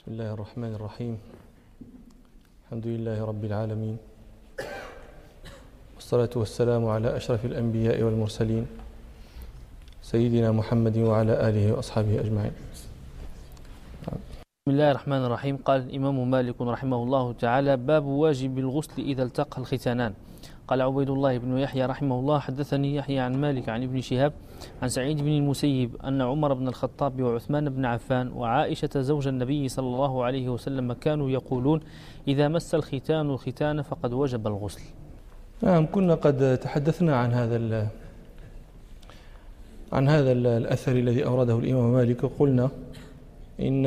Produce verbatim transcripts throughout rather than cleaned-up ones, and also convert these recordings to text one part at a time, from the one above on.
بسم الله الرحمن الرحيم. الحمد لله رب العالمين، والصلاة والسلام على أشرف الأنبياء والمرسلين سيدنا محمد وعلى آله وأصحابه أجمعين. بسم الله الرحمن الرحيم. قال الإمام مالك رحمه الله تعالى: باب واجب الغسل إذا التقى الختانان. قال عبيد الله بن يحيى رحمه الله: حدثني يحيى عن مالك عن ابن شهاب عن سعيد بن المسيب أن عمر بن الخطاب وعثمان بن عفان وعائشة زوج النبي صلى الله عليه وسلم كانوا يقولون: إذا مس الختان الختان فقد وجب الغسل. نعم، كنا قد تحدثنا عن هذا عن هذا الأثر الذي أورده الإمام مالك، وقلنا إن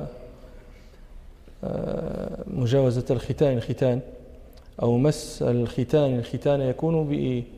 مجاوزة الختان الختان أو مس الختان الختان يكون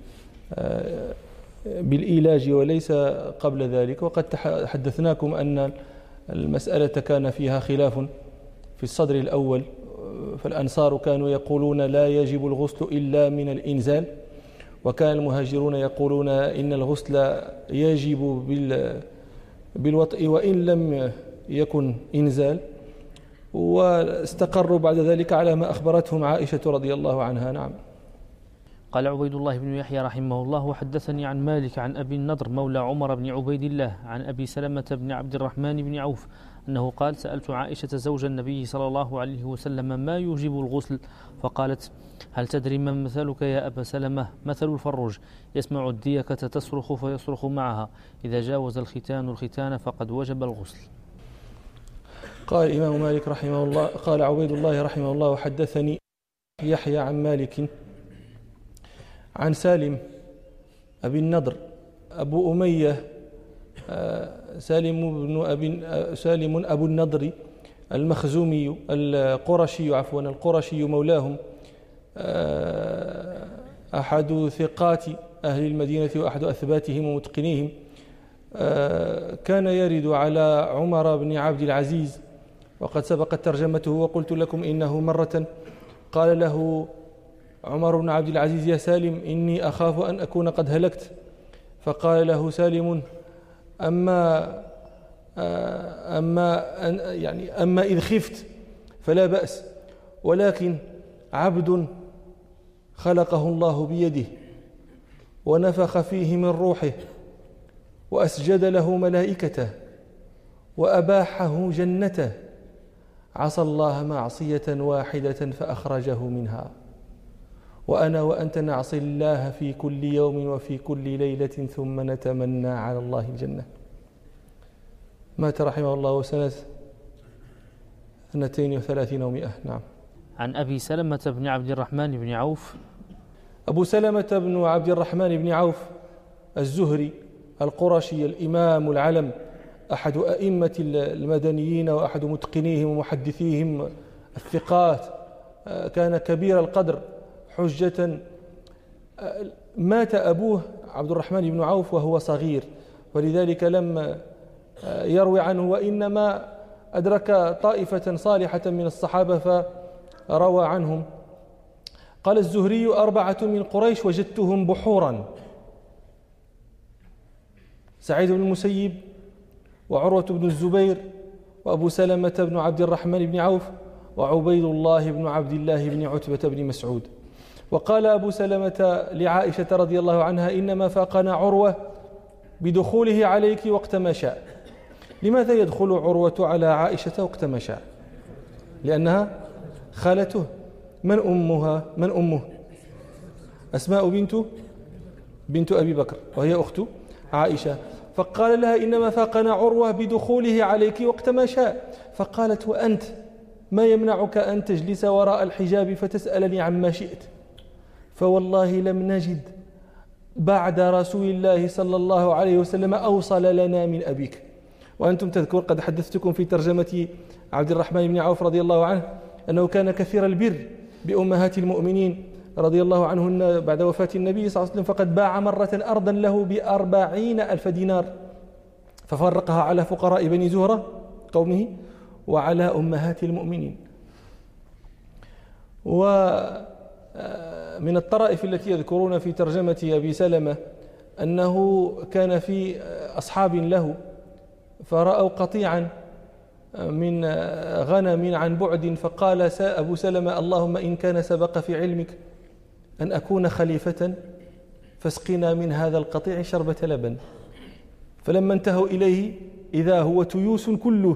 بالإيلاج وليس قبل ذلك. وقد حدثناكم أن المسألة كان فيها خلاف في الصدر الأول، فالأنصار كانوا يقولون لا يجب الغسل إلا من الإنزال، وكان المهاجرون يقولون إن الغسل يجب بالوطء وإن لم يكن إنزال، واستقروا بعد ذلك على ما أخبرتهم عائشة رضي الله عنها. نعم. قال عبيد الله بن يحيى رحمه الله: وحدثني عن مالك عن أبي النضر مولى عمر بن عبيد الله عن أبي سلمة بن عبد الرحمن بن عوف أنه قال: سألت عائشة زوج النبي صلى الله عليه وسلم ما يوجب الغسل، فقالت: هل تدري من مثلك يا أبا سلمة؟ مثل الفروج يسمع الديكة تصرخ فيصرخ معها، إذا جاوز الختان الختان فقد وجب الغسل. قال الإمام مالك رحمه الله: قال عبيد الله رحمه الله: وحدثني يحيى عن مالك عن سالم أبي النضر أبو أمية سالم بن أبي سالم أبو النضر المخزومي القرشي عفوا القرشي مولاهم، أحد ثقات أهل المدينة وأحد أثباتهم ومتقنيهم، كان يرد على عمر بن عبد العزيز، وقد سبقت ترجمته وقلت لكم إنه مرة قال له عمر بن عبد العزيز: يا سالم إني أخاف أن أكون قد هلكت، فقال له سالم: أما أما يعني أما إذ خفت فلا بأس، ولكن عبد خلقه الله بيده ونفخ فيه من روحه وأسجد له ملائكته وأباحه جنته، عصى الله معصية واحدة فأخرجه منها، وأنا وأنت نعصي الله في كل يوم وفي كل ليلة ثم نتمنى على الله الجنة. مات رحمه الله سنة اثنتين وثلاثين ومئة. نعم. عن أبي سلمة بن عبد الرحمن بن عوف. أبو سلمة بن عبد الرحمن بن عوف الزهري القرشي الإمام العلم، أحد أئمة المدنيين وأحد متقنيهم ومحدثيهم الثقات، كان كبير القدر حجة. مات أبوه عبد الرحمن بن عوف وهو صغير، ولذلك لم يروي عنه، وإنما أدرك طائفة صالحة من الصحابة فروى عنهم. قال الزهري: أربعة من قريش وجدتهم بحورا: سعيد بن المسيب وعروة بن الزبير وأبو سلمة بن عبد الرحمن بن عوف وعبيد الله بن عبد الله بن عتبة بن مسعود. وقال أبو سلمة لعائشة رضي الله عنها: إنما فاقنا عروة بدخوله عليك وقت ما شاء. لماذا يدخل عروة على عائشة وقت ما شاء؟ لأنها خالته. من أمها؟ من أمه؟ أسماء بنت بنت أبي بكر، وهي أخت عائشة. فقال لها: إنما فاقنا عروة بدخوله عليك وقت ما شاء. فقالت: وأنت ما يمنعك أن تجلس وراء الحجاب فتسألني عما شئت؟ فوالله لم نجد بعد رسول الله صلى الله عليه وسلم أوصل لنا من أبيك. وأنتم تذكر قد حدثتكم في ترجمة عبد الرحمن بن عوف رضي الله عنه أنه كان كثير البر بأمهات المؤمنين رضي الله عنهن بعد وفاة النبي صلى الله عليه وسلم، فقد باع مرة أرضا له بأربعين ألف دينار ففرقها على فقراء بني زهرة قومه وعلى أمهات المؤمنين. ومن الطرائف التي يذكرون في ترجمة أبي سلمة أنه كان في أصحاب له فرأوا قطيعا من غنم عن بعد فقال أبو سلمة اللهم إن كان سبق في علمك أن أكون خليفة فاسقنا من هذا القطيع شربة لبن. فلما انتهوا إليه إذا هو تيوس كله،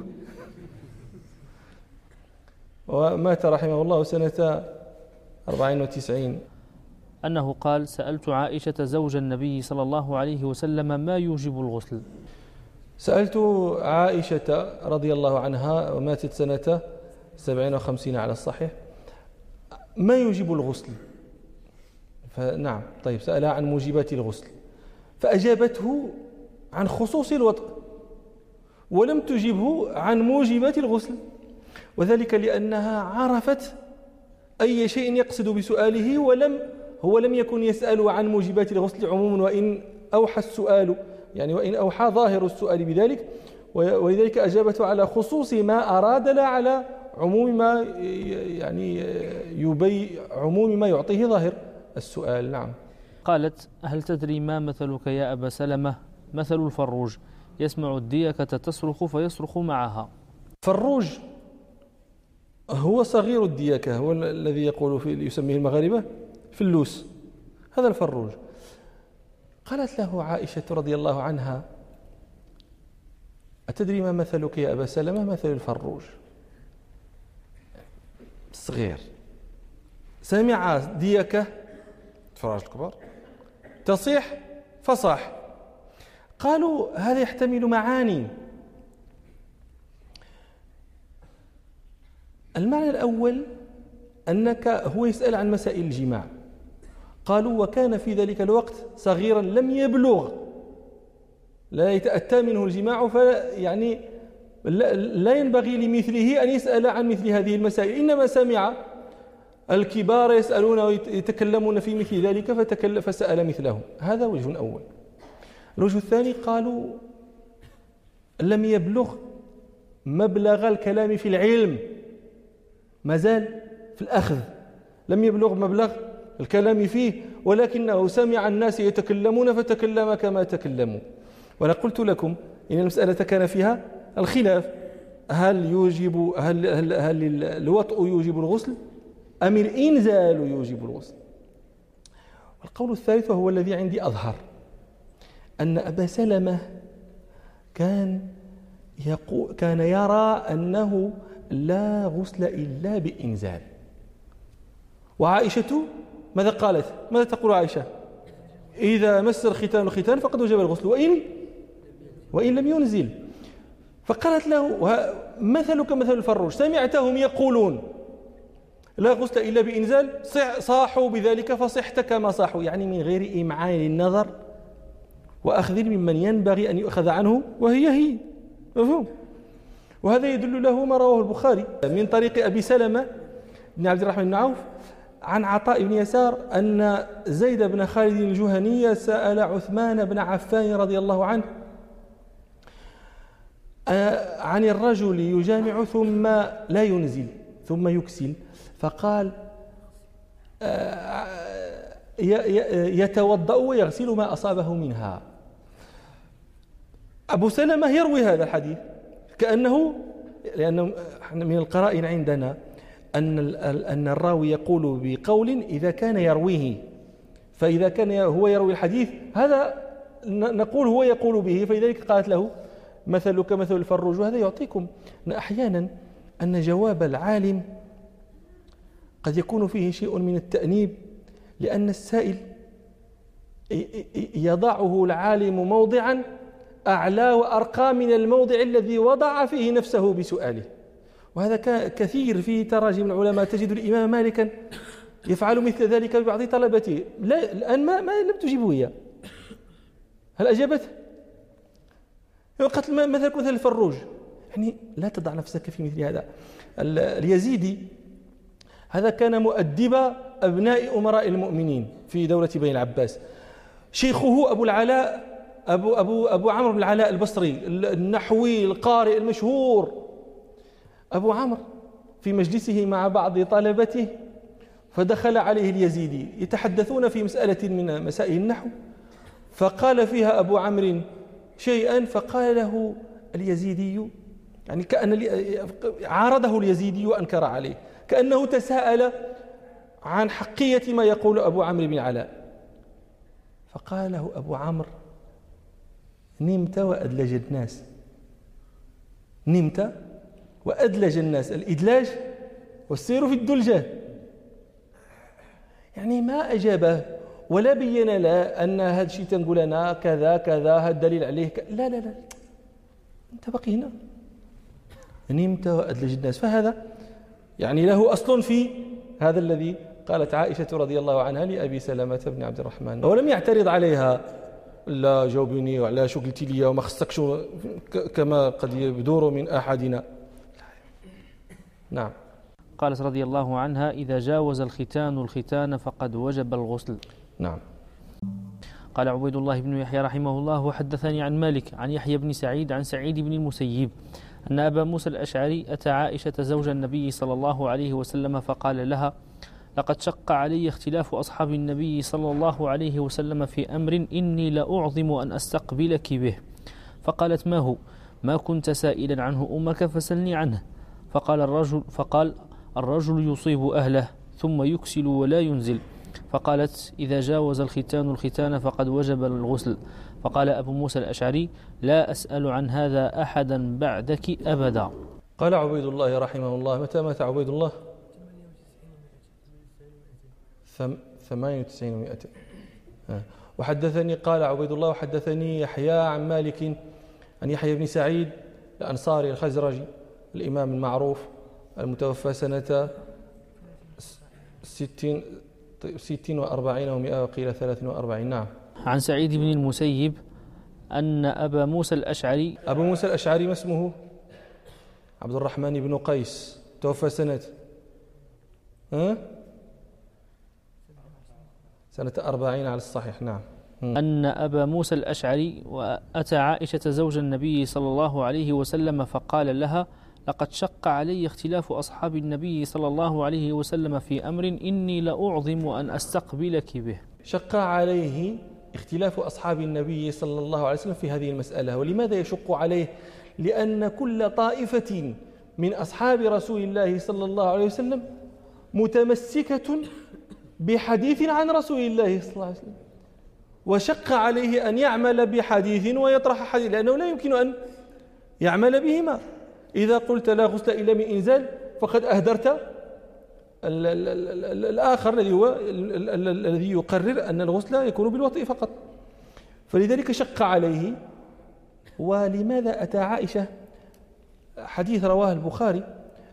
ومات رحمه الله سنة أربعين وتسعين. أنه قال سألت عائشة زوج النبي صلى الله عليه وسلم ما يوجب الغسل. سألت عائشة رضي الله عنها وماتت سنة سبعين وخمسين على الصحيح ما يوجب الغسل. فنعم طيب سألها عن موجبات الغسل فأجابته عن خصوص الوطء ولم تجبه عن موجبات الغسل، وذلك لأنها عرفت أي شيء يقصد بسؤاله، ولم هو لم يكن يسأل عن موجبات الغسل عموما، وإن أوحى السؤال يعني وإن أوحى ظاهر السؤال بذلك، ولذلك أجابته على خصوص ما أراد لا على عموم ما يعني يبي عموم ما يعطيه ظاهر السؤال. نعم. قالت هل تدري ما مثلك يا أبا سلمة؟ مثل الفروج يسمع الديكة تصرخ فيصرخ معها. فروج هو صغير الديكة، هو الذي يقول في يسميه المغاربة فلوس، هذا الفروج. قالت له عائشة رضي الله عنها أتدري ما مثلك يا أبا سلمة؟ مثل الفروج صغير، سمع ديكة فراج الكبار تصيح فصاح. قالوا هذا يحتمل معاني. المعنى الأول أنك هو يسأل عن مسائل الجماع، قالوا وكان في ذلك الوقت صغيرا لم يبلغ لا يتأتى منه الجماع، فيعني لا ينبغي لمثله أن يسأل عن مثل هذه المسائل، إنما سمع الكبار يسألون ويتكلمون في مثل ذلك فتكلم فسأل مثلهم. هذا وجه أول. الوجه الثاني قالوا لم يبلغ مبلغ الكلام في العلم، ما زال في الأخذ، لم يبلغ مبلغ الكلام فيه، ولكنه سمع الناس يتكلمون فتكلم كما تكلموا. وأنا قلت لكم إن المسألة كان فيها الخلاف، هل يوجب هل, هل, هل الوطء يوجب الغسل أم الإنزال يوجب الغسل؟ والقول الثالث وهو الذي عندي أظهر، أن أبا سلمة كان يقول كان يرى أنه لا غسل إلا بإنزال. وعائشة ماذا قالت؟ ماذا تقول عائشة؟ إذا مس الختان الختان فقد وجب الغسل وإن وإن لم ينزل. فقالت له مثلك مثل الفروج، سمعتهم يقولون لا غسل إلا بإنزال صاحوا بذلك فصحت كما صاحوا، يعني من غير إمعان النظر وأخذ ممن ينبغي أن يؤخذ عنه وهي هي، مفهوم؟ وهذا يدل له ما رواه البخاري من طريق أبي سلمة بن عبد الرحمن بن عوف عن عطاء بن يسار أن زيد بن خالد الجهني سأل عثمان بن عفان رضي الله عنه عن الرجل يجامع ثم لا ينزل ثم يكسل، فقال يتوضأ ويغسل ما أصابه منها. أبو سلمة يروي هذا الحديث كأنه، لأن من القرائن عندنا أن أن الراوي يقول بقول إذا كان يرويه، فإذا كان هو يروي الحديث هذا نقول هو يقول به، فلذلك قالت له مثلك مثل الفروج. وهذا يعطيكم أن أحيانا أن جواب العالم قد يكون فيه شيء من التأنيب، لأن السائل يضعه العالم موضعا أعلى وأرقى من الموضع الذي وضع فيه نفسه بسؤاله. وهذا كثير في تراجم العلماء، تجد الإمام مالكا يفعل مثل ذلك ببعض طلبته. لا الآن ما, ما لم تجيبه إياه، هل أجابته؟ وقت مثلك مثل الفروج، يعني لا تضع نفسك في مثل هذا. اليزيدي هذا كان مؤدب أبناء أمراء المؤمنين في دولة بني العباس. شيخه أبو العلاء أبو, أبو, أبو عمرو بن العلاء البصري النحوي القارئ المشهور، أبو عمرو في مجلسه مع بعض طلبته فدخل عليه اليزيدي يتحدثون في مسألة من مسائل النحو، فقال فيها أبو عمرو شيئا، فقال له اليزيدي يعني كأن عارضه اليزيدي وأنكر عليه، كأنه تساءل عن حقية ما يقول أبو عمرو بن العلاء، فقال له أبو عمرو: نمت وأدلج الناس. نمت وأدلج الناس، الإدلاج والسير في الدلجة. يعني ما أجابه ولا بين له أن هذا الشيء تنقول أنا كذا كذا، هذا الدليل عليه ك... لا لا لا أنت باقي هنا. نمت وأدلج الناس، فهذا يعني له أصل في هذا الذي قالت عائشة رضي الله عنها لأبي سلمة بن عبد الرحمن، ولم يعترض عليها: لا جاوبيني وعلى شو قلتي لي وما خصكش كما قد يبدور من أحدنا. نعم. قالت رضي الله عنها: إذا جاوز الختان الختان فقد وجب الغسل. نعم. قال عبيد الله بن يحيى رحمه الله: وحدثني عن مالك عن يحيى بن سعيد عن سعيد بن المسيب أن أبا موسى الأشعري أتى عائشة زوج النبي صلى الله عليه وسلم فقال لها: لقد شق علي اختلاف أصحاب النبي صلى الله عليه وسلم في أمر إني لأعظم أن أستقبلك به. فقالت: ما هو؟ ما كنت سائلا عنه أمك فسلني عنه. فقال الرجل فقال الرجل يصيب أهله ثم يكسل ولا ينزل. فقالت: إذا جاوز الختان الختان فقد وجب الغسل. فقال أبو موسى الأشعري: لا أسأل عن هذا أحدا بعدك أبدا. قال عبيد الله رحمه الله: متى مات عبيد الله؟ ثمانية وتسعين ومائتين. وحدثني قال عبيد الله: وحدثني يحيى عن مالك عن يحيى بن سعيد الأنصاري الخزرجي الإمام المعروف المتوفى سنة ستين ستين وأربعين ومئة وقيل ثلاث وأربعين. نعم. عن سعيد بن المسيب أن أبا موسى الأشعري أبو موسى الأشعري ما اسمه؟ عبد الرحمن بن قيس، توفى سنة ها؟ سنة أربعين على الصحيح. نعم. أن أبا موسى الأشعري وأتى عائشة زوج النبي صلى الله عليه وسلم فقال لها: لقد شق علي اختلاف أصحاب النبي صلى الله عليه وسلم في أمر إني لأعظم أن أستقبلك به. شق عليه اختلاف أصحاب النبي صلى الله عليه وسلم في هذه المسألة. ولماذا يشق عليه؟ لأن كل طائفة من أصحاب رسول الله صلى الله عليه وسلم متمسكة بحديث عن رسول الله صلى الله عليه وسلم، وشق عليه أن يعمل بحديث ويطرح حديث، لأنه لا يمكن أن يعمل بهما. إذا قلت لا غسل إلا من إنزال فقد أهدرت الآخر الذي هو الذي يقرر أن الغسل يكون بالوطء فقط. فلذلك شق عليه. ولماذا أتى عائشة؟ حديث رواه البخاري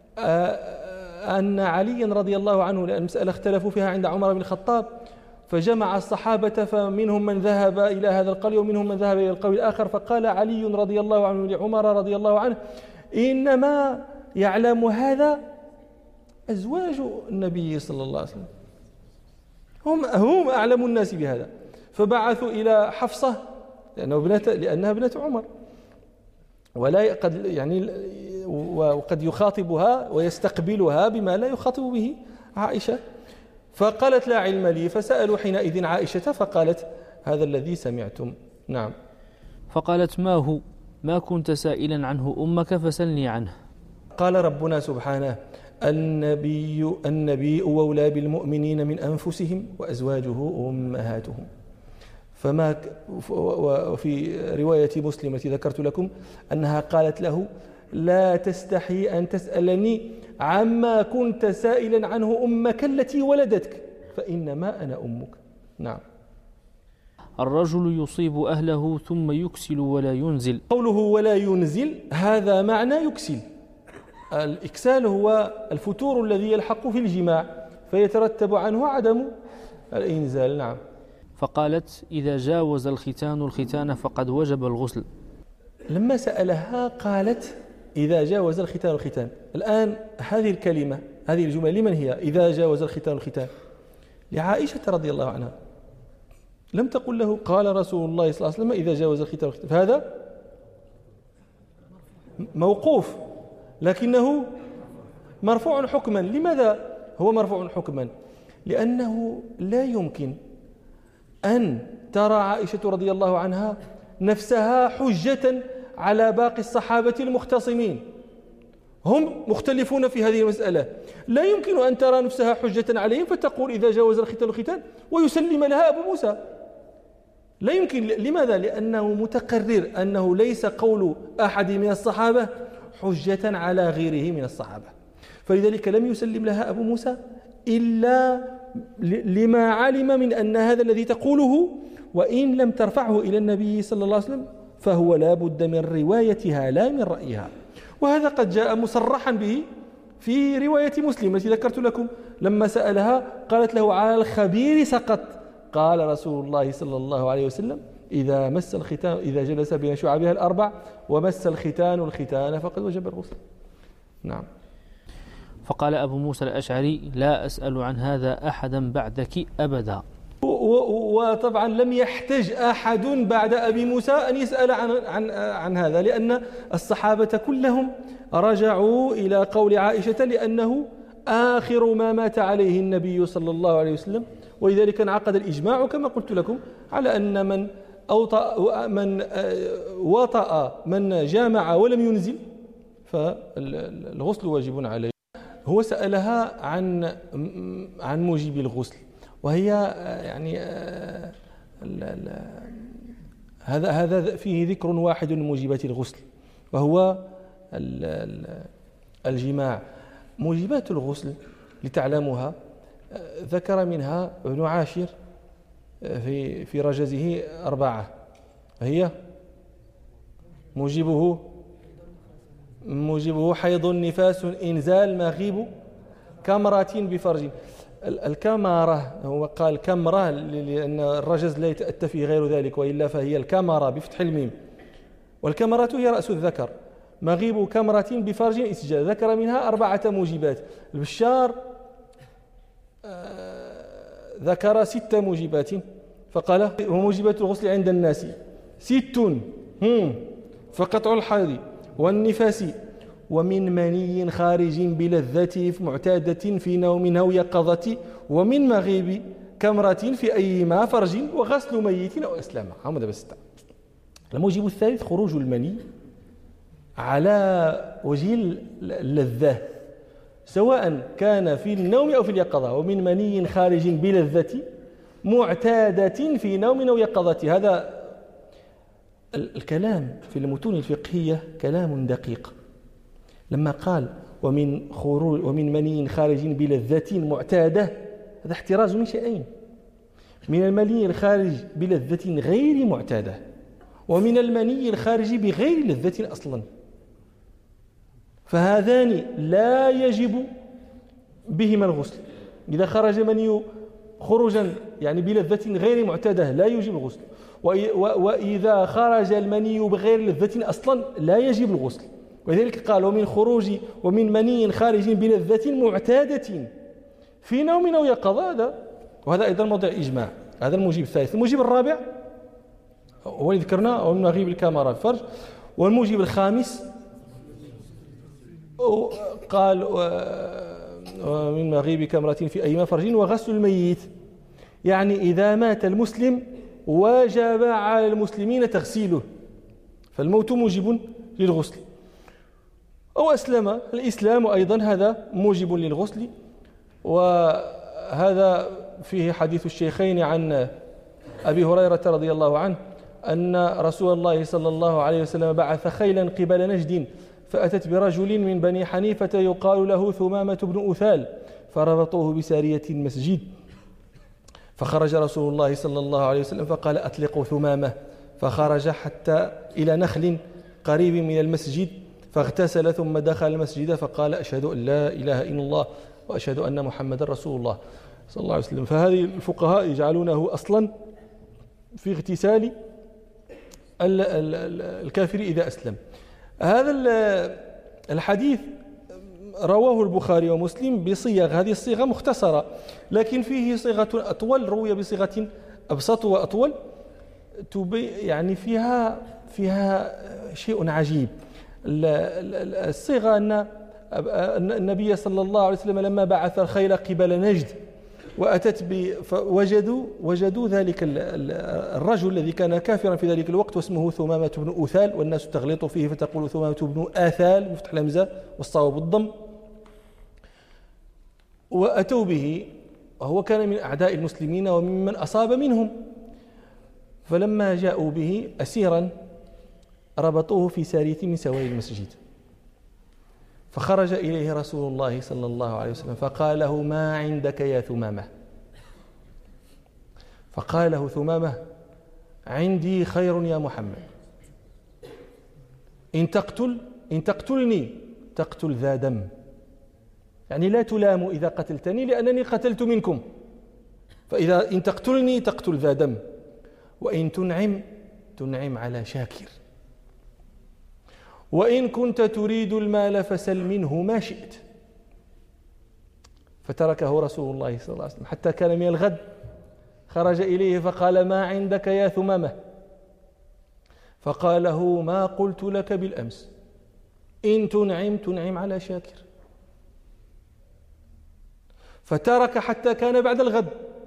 أن علي رضي الله عنه، لأن المسألة اختلفوا فيها عند عمر بن الخطاب، فجمع الصحابة فمنهم من ذهب إلى هذا القول ومنهم من ذهب إلى القول الآخر. فقال علي رضي الله عنه لعمر رضي الله عنه: إنما يعلم هذا أزواج النبي صلى الله عليه وسلم، هم هم أعلم الناس بهذا. فبعثوا إلى حفصة لأنه ابنة لأنها ابنة عمر، ولا قد يعني وقد يخاطبها ويستقبلها بما لا يخاطب به عائشة. فقالت: لا علم لي. فسألوا حينئذ عائشة فقالت: هذا الذي سمعتم. نعم. فقالت: ما هو؟ ما كنت سائلا عنه أمك فسلني عنه. قال ربنا سبحانه: النبي النبي أولى بالمؤمنين من أنفسهم وأزواجه أمهاتهم. فما وفي رواية مسلم التي ذكرت لكم أنها قالت له: لا تستحي أن تسألني عما كنت سائلا عنه أمك التي ولدتك فإنما أنا أمك. نعم. الرجل يصيب أهله ثم يكسل ولا ينزل. قوله ولا ينزل هذا معنى يكسل. الإكسال هو الفتور الذي يلحق في الجماع فيترتب عنه عدم الإنزال. نعم. فقالت: إذا جاوز الختان الختان فقد وجب الغسل. لما سألها قالت: إذا جاوز الختان الختان. الآن هذه الكلمة هذه الجملة لمن هي؟ إذا جاوز الختان الختان لعائشة رضي الله عنها. لم تقل له قال رسول الله صلى الله عليه وسلم إذا جاوز الختان الختان. فهذا موقوف لكنه مرفوع حكما. لماذا هو مرفوع حكما؟ لأنه لا يمكن أن ترى عائشة رضي الله عنها نفسها حجة على باقي الصحابة المختصمين. هم مختلفون في هذه المسألة، لا يمكن أن ترى نفسها حجة عليهم فتقول إذا جاوز الختان الختان ويسلم لها أبو موسى. لا يمكن. لماذا؟ لأنه متقرر أنه ليس قول أحد من الصحابة حجة على غيره من الصحابة، فلذلك لم يسلم لها أبو موسى إلا لما علم من أن هذا الذي تقوله وإن لم ترفعه إلى النبي صلى الله عليه وسلم فهو لا بد من روايتها لا من رأيها. وهذا قد جاء مصرحا به في رواية مسلم التي ذكرت لكم، لما سألها قالت له على الخبير سقط، قال رسول الله صلى الله عليه وسلم إذا مس الختان إذا جلس بين شعبها الأربع ومس الختان الختان فقد وجب الغسل. نعم. فقال أبو موسى الأشعري لا أسأل عن هذا أحدا بعدك أبدا. وطبعا لم يحتج أحد بعد أبي موسى أن يسأل عن, عن, عن هذا، لأن الصحابة كلهم رجعوا إلى قول عائشة لأنه آخر ما مات عليه النبي صلى الله عليه وسلم، ولذلك انعقد الإجماع كما قلت لكم على أن من أوطأ من وطأ من جامع ولم ينزل فالغسل واجب عليه. هو سألها عن عن موجب الغسل، وهي يعني هذا هذا فيه ذكر واحد من موجبات الغسل وهو الجماع. موجبات الغسل لتعلموها ذكر منها ابن عاشر في في رجزه أربعة، هي موجبه موجبه حيض نفاس إنزال مغيب كمرة بفرج. الكمرة هو قال كمرة لأن الرجز لا يتأتى فيه غير ذلك، وإلا فهي الكمرة بفتح الميم، والكمرة هي رأس الذكر. مغيب كمرة بفرج إسجال ذكر منها أربعة موجبات. البشار ذكر ست موجبات فقال وموجبات الغسل عند الناس ست فقطع الحيض والنفاس ومن مني خارج بلذة معتادة في نوم أو يقظة ومن مغيب كمرة في أيما فرج وغسل ميت أو أسلم. هذا بس. الموجب الثالث خروج المني على وجه اللذة سواء كان في النوم أو في اليقظة، ومن مني خارج بلذة معتادة في نوم أو يقظة. هذا الكلام في المتون الفقهية كلام دقيق. لما قال ومن خروج ومن مني خارج بلذة معتادة، هذا احتراز من شيئين: من المني الخارج بلذة غير معتادة، ومن المني الخارج بغير لذة أصلا، فهذان لا يجب بهما الغسل. إذا خرج مني خروجا يعني بلذة غير معتادة لا يجب الغسل، وإذا خرج المني بغير لذة أصلا لا يجب الغسل. ولذلك قال ومن خروج ومن مني خارج بلذة معتادة في نوم أو يقظة. هذا وهذا أيضا موضع إجماع. هذا الموجب الثالث. الموجب الرابع هو اللي ذكرنا ومن مغيب الكمرة الفرج. والموجب الخامس قال ومن مغيب كمرة في أيما فرج وغسل الميت، يعني إذا مات المسلم وجب على المسلمين تغسيله، فالموت موجب للغسل. أو أسلم، الإسلام أيضا هذا موجب للغسل. وهذا فيه حديث الشيخين عن أبي هريرة رضي الله عنه أن رسول الله صلى الله عليه وسلم بعث خيلا قبل نجد فأتت برجل من بني حنيفة يقال له ثمامة بن أثال، فربطوه بسارية المسجد، فخرج رسول الله صلى الله عليه وسلم فقال أطلقوا ثمامة، فخرج حتى إلى نخل قريب من المسجد فاغتسل ثم دخل المسجد فقال أشهد أن لا إله إلا الله وأشهد أن محمد رسول الله صلى الله عليه وسلم. فهذه الفقهاء يجعلونه أصلا في اغتسال الكافر إذا أسلم. هذا الحديث رواه البخاري ومسلم بصيغ، هذه الصيغة مختصرة، لكن فيه صيغة أطول روي بصيغة أبسط وأطول، يعني فيها فيها شيء عجيب. الصيغة أن النبي صلى الله عليه وسلم لما بعث الخيل قبل نجد وأتت ب فوجدوا وجدوا ذلك الرجل الذي كان كافرا في ذلك الوقت واسمه ثمامة بن أثال، والناس تغلط فيه فتقول ثمامة بن آثال بفتح الهمزة والصواب بالضم. وأتوا به وهو كان من أعداء المسلمين وممن أصاب منهم، فلما جاءوا به أسيرا ربطوه في سارية من سواري المسجد، فخرج إليه رسول الله صلى الله عليه وسلم فقال له: ما عندك يا ثمامة؟ فقال له ثمامة: عندي خير يا محمد، إن تقتل إن تقتلني تقتل ذا دم، يعني لا تلام إذا قتلتني لأنني قتلت منكم، فإذا إن تقتلني تقتل ذا دم، وإن تنعم تنعم على شاكر، وإن كنت تريد المال فسل منه ما شئت. فتركه رسول الله صلى الله عليه وسلم حتى كان من الغد، خرج إليه فقال: ما عندك يا ثمامة؟ فقال له: ما قلت لك بالأمس، إن تنعم تنعم على شاكر. فترك حتى كان بعد الغد،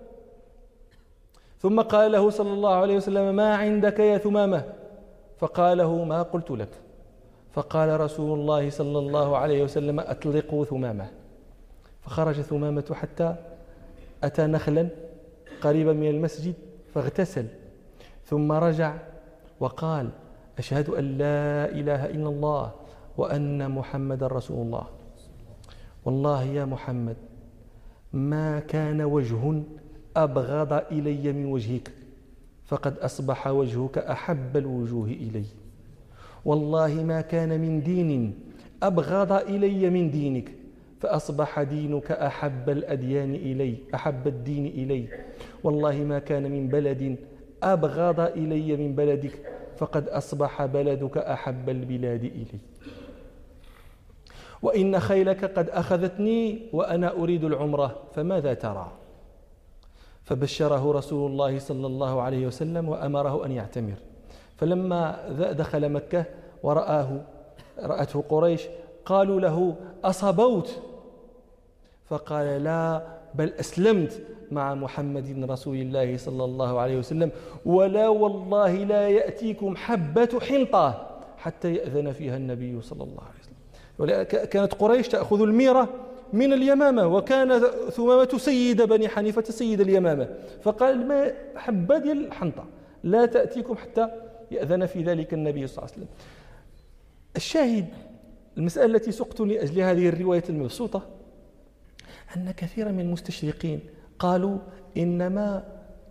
ثم قال له صلى الله عليه وسلم: ما عندك يا ثمامة؟ فقال له: ما قلت لك. فقال رسول الله صلى الله عليه وسلم: أطلقوا ثمامة. فخرج ثمامة حتى أتى نخلا قريبا من المسجد فاغتسل، ثم رجع وقال: أشهد أن لا إله إلا الله وأن محمد رسول الله. والله يا محمد ما كان وجه أبغض إلي من وجهك، فقد أصبح وجهك أحب الوجوه إلي. والله ما كان من دين أبغض إلي من دينك، فأصبح دينك أحب الأديان إلي أحب الدين إلي. والله ما كان من بلد أبغض إلي من بلدك، فقد أصبح بلدك أحب البلاد إلي. وإن خيلك قد أخذتني وأنا أريد العمرة، فماذا ترى؟ فبشره رسول الله صلى الله عليه وسلم وأمره أن يعتمر. فلما دخل مكة ورآه رأته قريش قالوا له: أصبوت؟ فقال: لا، بل أسلمت مع محمد رسول الله صلى الله عليه وسلم، ولا والله لا يأتيكم حبة حنطة حتى يأذن فيها النبي صلى الله عليه وسلم. كانت قريش تأخذ الميرة من اليمامة، وكان ثمامة سيد بني حنيفة سيد اليمامة، فقال: ما حبة ديال الحنطة لا تأتيكم حتى يأذن في ذلك النبي صلى الله عليه وسلم. الشاهد المسألة التي سقت لأجل هذه الرواية المبسوطة أن كثيرا من المستشرقين قالوا إنما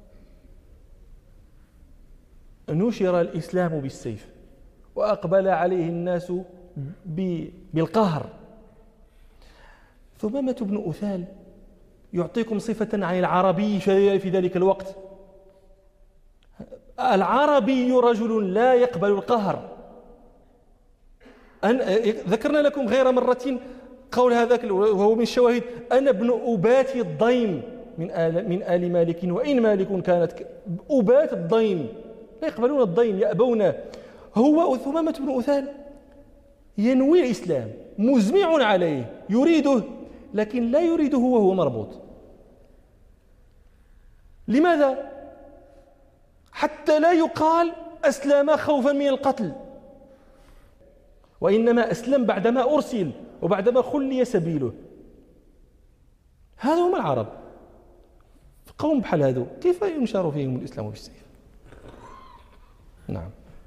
نشر الإسلام بالسيف وأقبل عليه الناس بالقهر. ثمامة بن أثال يعطيكم صفة عن العربي في ذلك الوقت. العربي رجل لا يقبل القهر. أن ذكرنا لكم غير مرة قول هذاك وهو من الشواهد: أنا ابن أبات الضيم من آل, من آل مالك، وإن مالك كانت أبات الضيم، لا يقبلون الضيم، يأبون. هو ثمامة بن أثال ينوي الإسلام، مزمع عليه، يريده، لكن لا يريده وهو مربوط. لماذا؟ حتى لا يقال أسلم خوفا من القتل، وإنما أسلم بعدما أرسل وبعدما خلي سبيله. هذا هم العرب، قوم بحال هذو كيف ينشر فيهم الإسلام بالسيف؟ نعم.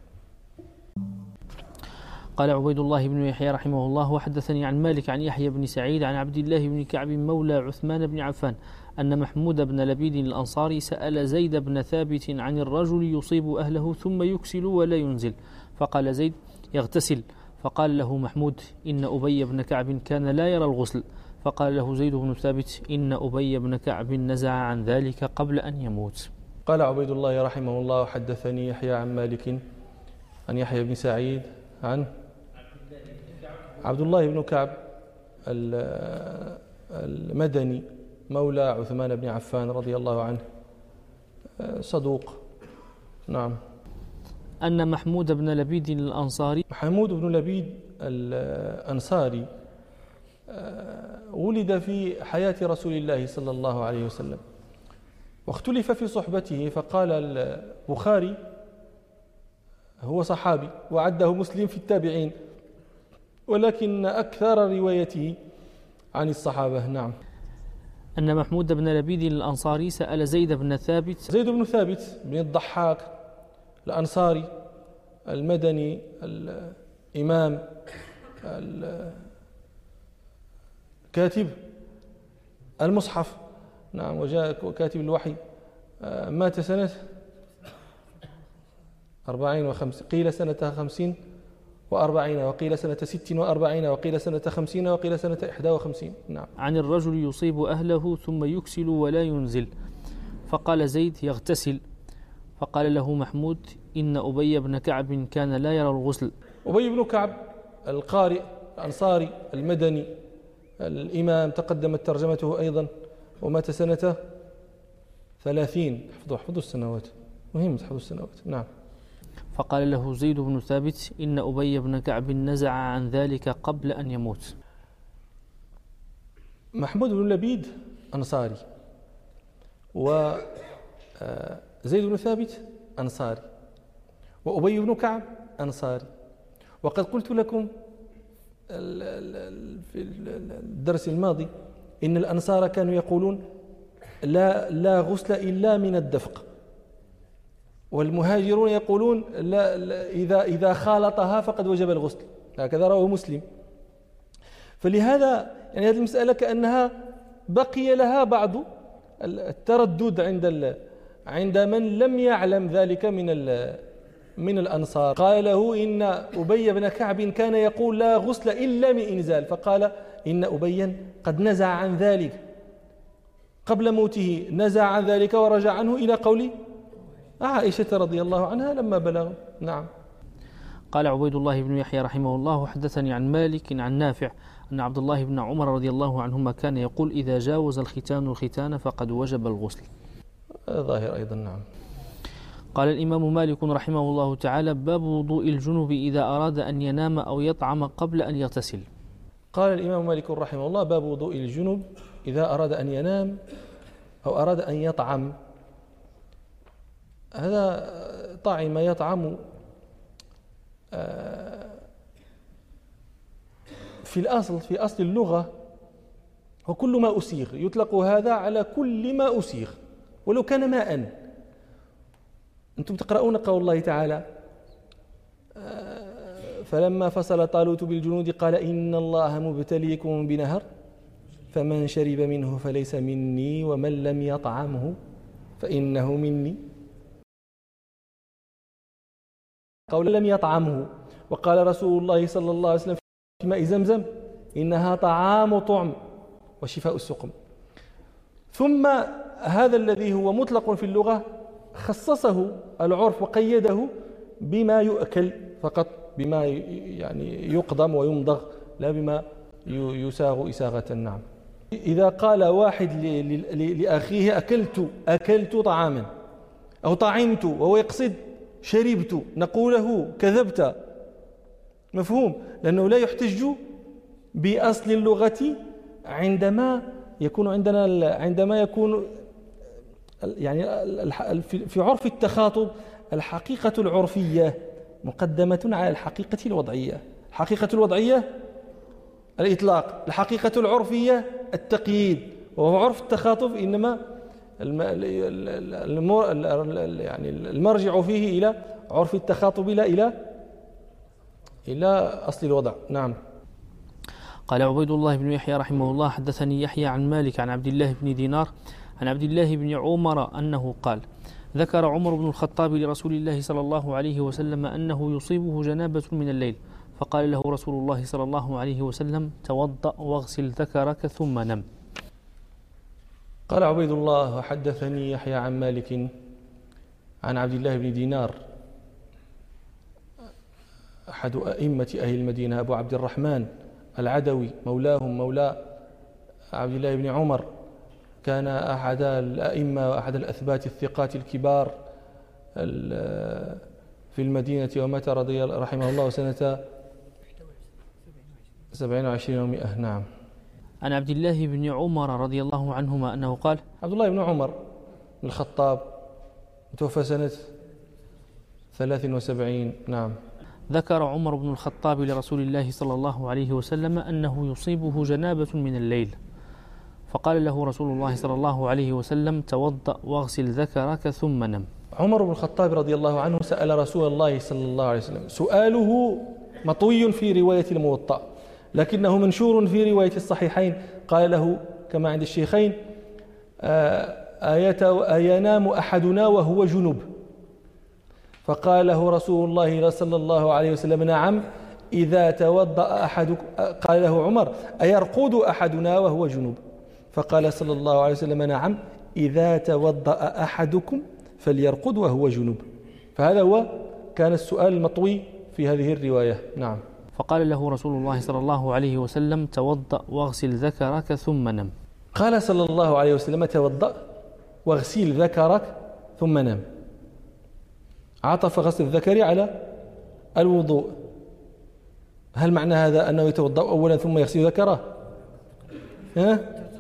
قال عبيد الله بن يحيى رحمه الله: وحدثني عن مالك عن يحيى بن سعيد عن عبد الله بن كعب مولى عثمان بن عفان أن محمود بن لبيد الأنصاري سأل زيد بن ثابت عن الرجل يصيب أهله ثم يكسل ولا ينزل، فقال زيد: يغتسل. فقال له محمود: إن أبي بن كعب كان لا يرى الغسل. فقال له زيد بن ثابت: إن أبي بن كعب نزع عن ذلك قبل أن يموت. قال عبيد الله رحمه الله: حدثني يحيى عن مالك عن يحيى بن سعيد عن عبد الله بن كعب المدني مولى عثمان بن عفان رضي الله عنه، صدوق. نعم. أن محمود بن لبيد الأنصاري محمود بن لبيد الأنصاري ولد في حياة رسول الله صلى الله عليه وسلم، واختلف في صحبته، فقال البخاري هو صحابي وعده مسلم في التابعين، ولكن أكثر روايته عن الصحابة. نعم. أن محمود بن لبيد الأنصاري سأل زيد بن ثابت زيد بن ثابت بن الضحاك الأنصاري المدني الإمام الكاتب المصحف، نعم، وجاء كاتب الوحي، مات سنة أربعين وخمسين، قيل سنة خمسين وأربعين، وقيل سنة ست وأربعين، وقيل سنة خمسين، وقيل سنة إحدى وخمسين. نعم. عن الرجل يصيب أهله ثم يكسل ولا ينزل، فقال زيد يغتسل، فقال له محمود إن أبي بن كعب كان لا يرى الغسل. أبي بن كعب القارئ الأنصاري المدني الإمام، تقدمت ترجمته أيضا، ومات سنة ثلاثين. احفظوا احفظوا السنوات، مهم تحفظوا السنوات. نعم. فقال له زيد بن ثابت إن أبي بن كعب نزع عن ذلك قبل أن يموت. محمود بن لبيد أنصاري، وزيد بن ثابت أنصاري، وأبي بن كعب أنصاري. وقد قلت لكم في الدرس الماضي إن الأنصار كانوا يقولون لا لا غسل إلا من الدفق، والمهاجرون يقولون لا, لا إذا إذا خالطها فقد وجب الغسل، هكذا رواه مسلم. فلهذا يعني هذه المسألة كأنها بقي لها بعض التردد عند عند من لم يعلم ذلك من من الأنصار. قال له إن أبي بن كعب كان يقول لا غسل إلا من إنزال، فقال إن أبيا قد نزع عن ذلك قبل موته، نزع عن ذلك ورجع عنه إلى قول عائشة رضي الله عنها لما بلغ. نعم. قال عبيد الله بن يحيى رحمه الله حدثني عن مالك عن نافع أن عبد الله بن عمر رضي الله عنهما كان يقول إذا جاوز الختان الختان فقد وجب الغسل. ظاهر أيضا. نعم. قال الإمام مالك رحمه الله تعالى باب وضوء الجنب إذا أراد أن ينام أو يطعم قبل أن يغتسل. قال الإمام مالك رحمه الله باب وضوء الجنب إذا أراد أن ينام أو أراد أن يطعم. هذا طعم يطعم في الأصل في أصل اللغة وكل ما أسيغ، يطلق هذا على كل ما أسيغ ولو كان ماء. أنتم تقرؤون قول الله تعالى فلما فصل طالوت بالجنود قال إن الله مبتليكم بنهر فمن شرب منه فليس مني ومن لم يطعمه فإنه مني. قول لم يطعمه. وقال رسول الله صلى الله عليه وسلم في ماء زمزم إنها طعام طعم وشفاء السقم. ثم هذا الذي هو مطلق في اللغة خصصه العرف وقيده بما يؤكل فقط، بما يعني يقضم ويمضغ، لا بما يساغ إساغة. نعم. إذا قال واحد لأخيه أكلت أكلت طعاما أو طعمت وهو يقصد شربت، نقول له كذبت، مفهوم، لأنه لا يحتج بأصل اللغة عندما يكون عندنا عندما يكون يعني في عرف التخاطب الحقيقة العرفية مقدمة على الحقيقة الوضعية. الحقيقة الوضعية الإطلاق، الحقيقة العرفية التقييد، وهو عرف التخاطب إنما يعني المرجع فيه إلى عرف التخاطب لا إلى إلى أصل الوضع. نعم. قال عبيد الله بن يحيى رحمه الله حدثني يحيى عن مالك عن عبد الله بن دينار عن عبد الله بن عمر أنه قال ذكر عمر بن الخطاب لرسول الله صلى الله عليه وسلم أنه يصيبه جنابة من الليل، فقال له رسول الله صلى الله عليه وسلم توضأ واغسل ذكرك ثم نم. قال عبيد الله وحدثني يحيى عن مالك عن عبد الله بن دينار أحد أئمة أهل المدينة، أبو عبد الرحمن العدوي مولاهم مولى عبد الله بن عمر، كان أحد الأئمة وأحد الأثبات الثقات الكبار في المدينة، ومات رضي رحمه الله سنة سبعين وعشرين ومئة. نعم. عن عبد الله بن عمر رضي الله عنهما أنه قال. عبد الله بن عمر بن الخطاب توفى سنة ثلاث وسبعين. نعم. ذكر عمر بن الخطاب لرسول الله صلى الله عليه وسلم أنه يصيبه جنابة من الليل، فقال له رسول الله صلى الله عليه وسلم: توضأ واغسل ذكرك ثم نم. عمر بن الخطاب رضي الله عنه سأل رسول الله صلى الله عليه وسلم، سؤاله مطوي في رواية الموطأ لكنه منشور في رواية الصحيحين. قال له كما عند الشيخين: أينام أحدنا وهو جنب؟ فقال له رسول الله صلى الله عليه وسلم: نعم إذا توضأ أحدكم. قال له عمر: أيرقد أحدنا وهو جنب؟ فقال صلى الله عليه وسلم: نعم إذا توضأ أحدكم فليرقد وهو جنب. فهذا هو كان السؤال المطوي في هذه الرواية. نعم. فقال له رسول الله صلى الله عليه وسلم: توضأ واغسل ذكرك ثم نم. قال صلى الله عليه وسلم: توضأ واغسل ذكرك ثم نم. عطف غسل الذكر على الوضوء. هل معنى هذا أنه يتوضأ أولا ثم يغسل ذكره؟ ها؟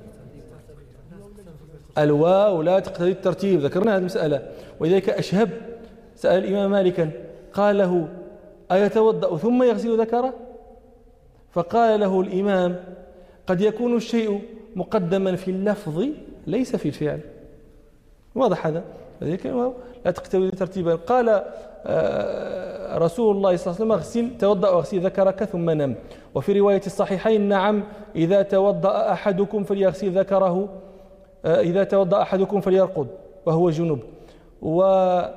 الواو لا تقتضي الترتيب، ذكرنا هذه المسألة. ولذلك أشهب سأل الإمام مالكا قال له: أيتوضأ ثم يغسل ذكره؟ فقال له الإمام: قد يكون الشيء مقدما في اللفظ ليس في الفعل. واضح هذا؟ لذلك لا تقتضي ترتيبا. قال رسول الله صلى الله عليه وسلم: اغسل توضأ واغسل ذكرك ثم نم. وفي رواية الصحيحين: نعم إذا توضأ أحدكم فليغسل ذكره، إذا توضأ أحدكم فليرقد وهو جنب. وروى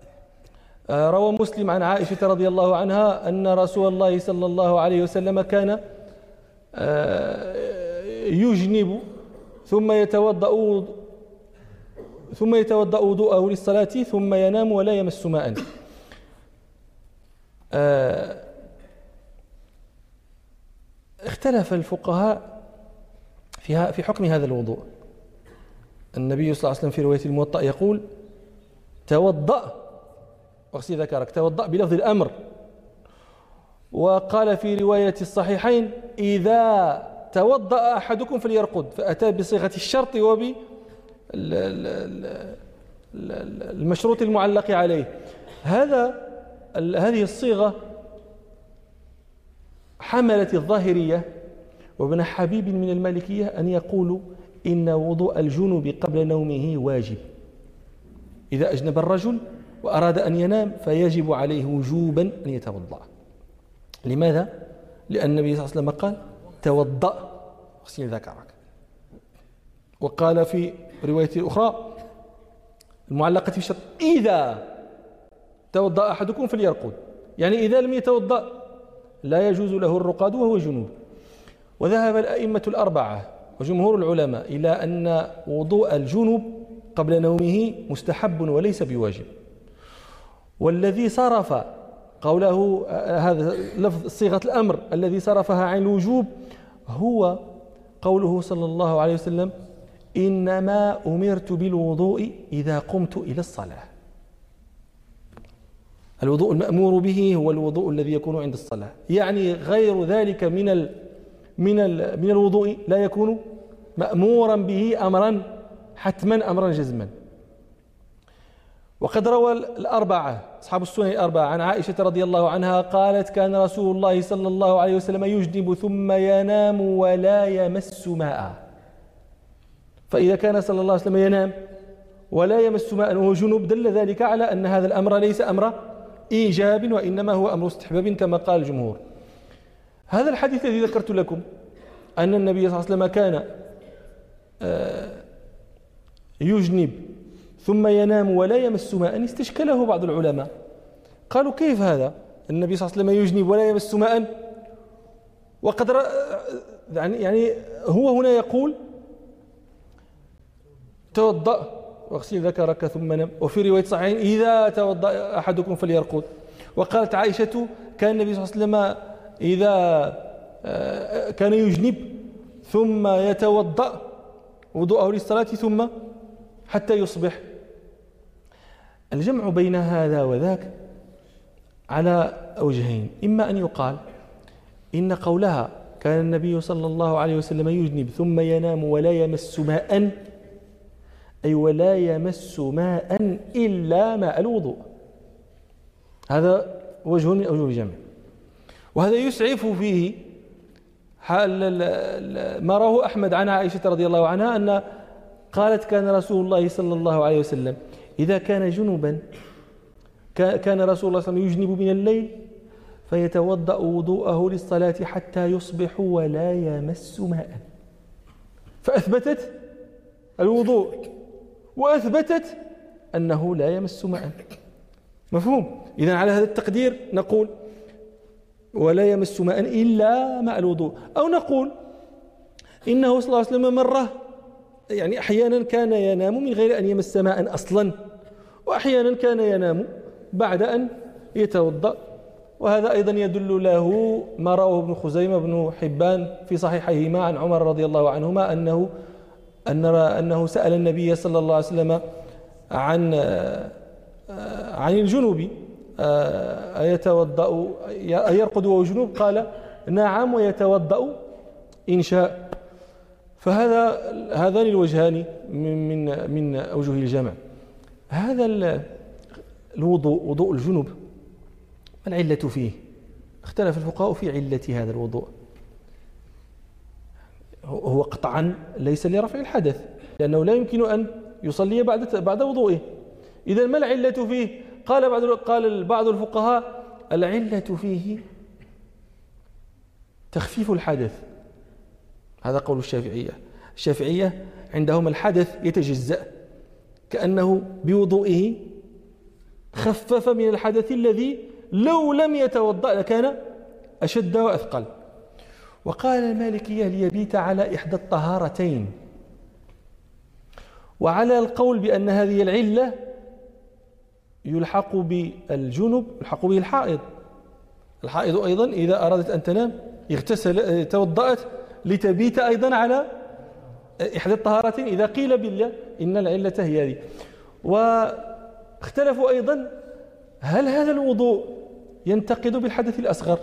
مسلم عن عائشة رضي الله عنها أن رسول الله صلى الله عليه وسلم كان يجنب ثم يتوضأ ثم يتوضأ وضوءه للصلاة ثم ينام ولا يمس ماء. اختلف الفقهاء في في حكم هذا الوضوء. النبي صلى الله عليه وسلم في رواية الموطأ يقول: توضأ واغسل ذكرك، توضأ بلفظ الأمر. وقال في رواية الصحيحين: إذا توضأ أحدكم فليرقد، فأتى بصيغة الشرط وب المشروط المعلق عليه. هذا هذه الصيغة حملت الظاهرية وابن حبيب من المالكية أن يقولوا إن وضوء الجنوب قبل نومه واجب. إذا أجنب الرجل وأراد أن ينام فيجب عليه وجوبا أن يتوضأ. لماذا؟ لأن النبي صلى الله عليه وسلم قال: توضأ واغسل ذكرك. وقال في رواية أخرى المعلقة في الشرط: إذا توضأ أحدكم فليرقد، يعني إذا لم يتوضأ لا يجوز له الرقاد وهو جنوب. وذهب الأئمة الأربعة وجمهور العلماء إلى أن وضوء الجنوب قبل نومه مستحب وليس بواجب. والذي صرف قوله هذا لفظ صيغة الأمر الذي صرفها عن الوجوب هو قوله صلى الله عليه وسلم: إنما أمرت بالوضوء إذا قمت إلى الصلاة. الوضوء المأمور به هو الوضوء الذي يكون عند الصلاة، يعني غير ذلك من ال من ال من الوضوء لا يكون مأمورا به أمرا حتما، أمرا جزما. وقد روى الأربعة أصحاب السنن الأربعة عن عائشة رضي الله عنها قالت: كان رسول الله صلى الله عليه وسلم يجنب ثم ينام ولا يمس ماء. فإذا كان صلى الله عليه وسلم ينام ولا يمس ماء وهو جنوب دل ذلك على أن هذا الأمر ليس أمر إيجاب وإنما هو أمر استحباب كما قال الجمهور. هذا الحديث الذي ذكرت لكم أن النبي صلى الله عليه وسلم كان يجنب ثم ينام ولا يمس ماء استشكله بعض العلماء، قالوا: كيف هذا؟ النبي صلى الله عليه وسلم يجنب ولا يمس ماء، وقد يعني هو هنا يقول: توضأ واغسل ذكرك ثم نم. وفي رواية صحيحين: إذا توضأ أحدكم فليرقد. وقالت عائشة: كان النبي صلى الله عليه وسلم إذا كان يجنب ثم يتوضأ وضوءه للصلاة ثم حتى يصبح. الجمع بين هذا وذاك على وجهين: إما أن يقال إن قولها كان النبي صلى الله عليه وسلم يجنب ثم ينام ولا يمس ماء، أي ولا يمس ماء إلا ماء الوضوء. هذا وجه من أوجه الجمع، وهذا يسعف فيه حال ما رواه أحمد عن عائشة رضي الله عنها أن قالت كان رسول الله صلى الله عليه وسلم إذا كان جنبا كان رسول الله صلى الله عليه وسلم يجنب من الليل فيتوضأ وضوءه للصلاة حتى يصبح ولا يمس ماء، فأثبتت الوضوء وأثبتت أنه لا يمس ماء. مفهوم؟ إذن على هذا التقدير نقول ولا يمس ماء إلا ماء الوضوء، أو نقول إنه صلى الله عليه وسلم مرة يعني أحيانا كان ينام من غير أن يمس ماء أصلا، وأحيانا كان ينام بعد أن يتوضأ. وهذا أيضا يدل له ما رواه ابن خزيمة بن حبان في صحيحيهما عن عمر رضي الله عنهما أنه أنه سأل النبي صلى الله عليه وسلم عن عن الجنوب أيتوضأ أيرقد وهو جنوب؟ قال نعم ويتوضأ إن شاء. فهذا هذان الوجهان من من من أوجه الجمع. هذا الوضوء وضوء الجنوب ما العلة فيه؟ اختلف الفقهاء في علة هذا الوضوء. هو قطعا ليس لرفع الحدث، لأنه لا يمكن أن يصلي بعد بعد وضوئه. إذا ما العلة فيه؟ قال بعض قال بعض الفقهاء العلة فيه تخفيف الحدث. هذا قول الشافعية. الشافعية عندهم الحدث يتجزأ، كأنه بوضوئه خفف من الحدث الذي لو لم يتوضأ لكان أشد وأثقل. وقال المالكية ليبيت على إحدى الطهارتين. وعلى القول بأن هذه العلة يلحق بالجنب يلحق به الحائض. الحائض أيضا إذا أرادت أن تنام اغتسل توضأت لتبيت أيضا على إحدى الطهارتين إذا قيل بالله إن العلة هي هذه. واختلفوا أيضا هل هذا الوضوء ينتقد بالحدث الأصغر؟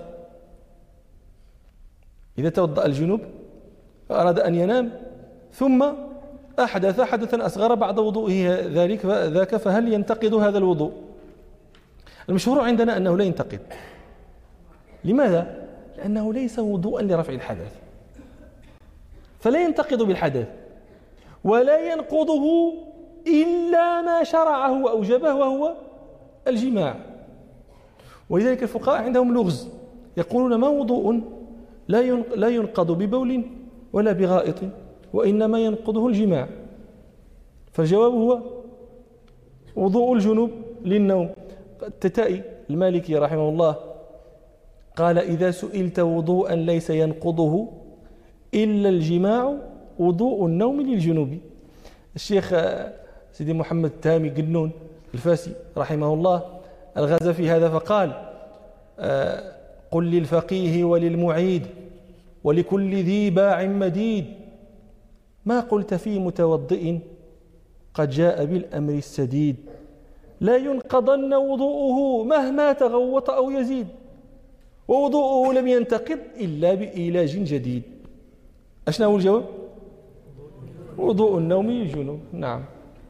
إذا توضأ الجنوب أراد أن ينام ثم أحدث حدثا أصغر بعد وضوئه ذلك ذاك فهل ينتقد هذا الوضوء؟ المشهور عندنا أنه لا ينتقد. لماذا؟ لأنه ليس وضوءا لرفع الحدث، فلا ينتقد بالحدث ولا ينقضه إلا ما شرعه وأوجبه وهو الجماع. ولذلك الفقهاء عندهم لغز، يقولون ما وضوء لا ينقض ببول ولا بغائط وإنما ينقضه الجماع. فالجواب هو وضوء الجنوب للنوم. التتائي المالكي رحمه الله قال إذا سئلت وضوءا ليس ينقضه إلا الجماع وضوء النوم للجنوب. الشيخ سيدي محمد تامي قنون الفاسي رحمه الله الغاز في هذا فقال قل للفقيه وللمعيد ولكل ذي باع مديد ما قلت في متوضئ قد جاء بالأمر السديد لا ينقضن وضوءه مهما تغوط أو يزيد ووضوءه لم ينتقض إلا بإيلاج جديد. أشنا هو الجواب؟ وضوء النوم للجنوب. نعم.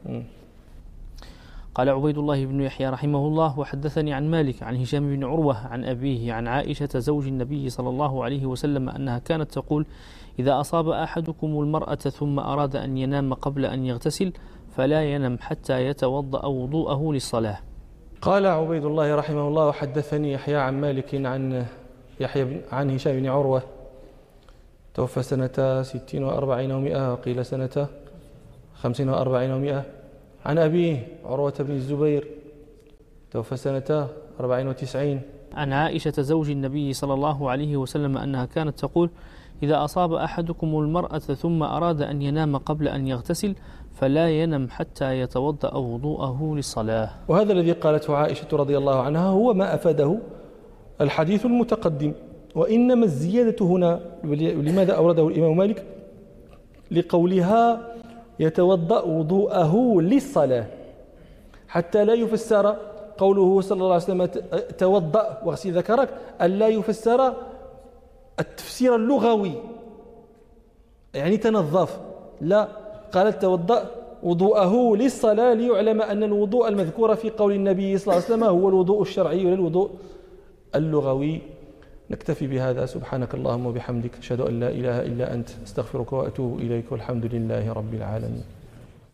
قال عبيد الله بن يحيى رحمه الله وحدثني عن مالك عن هشام بن عروة عن أبيه عن عائشة زوج النبي صلى الله عليه وسلم أنها كانت تقول إذا أصاب أحدكم المرأة ثم أراد أن ينام قبل أن يغتسل فلا ينم حتى يتوضأ وضوءه للصلاة. قال عبيد الله رحمه الله وحدثني يحيى عن مالك عن يحيى عن هشام بن عروة توفى سنة ستين وأربعين ومئة وقيل سنة خمسين وأربعين ومئة عن أبيه عروة بن الزبير توفى سنة أربعين وتسعين عن عائشة زوج النبي صلى الله عليه وسلم أنها كانت تقول إذا أصاب أحدكم المرأة ثم أراد أن ينام قبل أن يغتسل فلا ينم حتى يتوضأ وضوءه للصلاة. وهذا الذي قالته عائشة رضي الله عنها هو ما أفاده الحديث المتقدم. وإنما الزيادة هنا لماذا أورده الإمام مالك؟ لقولها يتوضأ وضوءه للصلاة، حتى لا يفسر قوله صلى الله عليه وسلم توضأ واغسل ذكرك ألا يفسر التفسير اللغوي يعني تنظف، لا، قالت توضأ وضوءه للصلاة ليعلم أن الوضوء المذكور في قول النبي صلى الله عليه وسلم هو الوضوء الشرعي ولا الوضوء اللغوي. نكتفي بهذا. سبحانك اللهم وبحمدك، أشهد أن لا إله إلا أنت، أستغفرك وأتوب إليك، والحمد لله رب العالمين.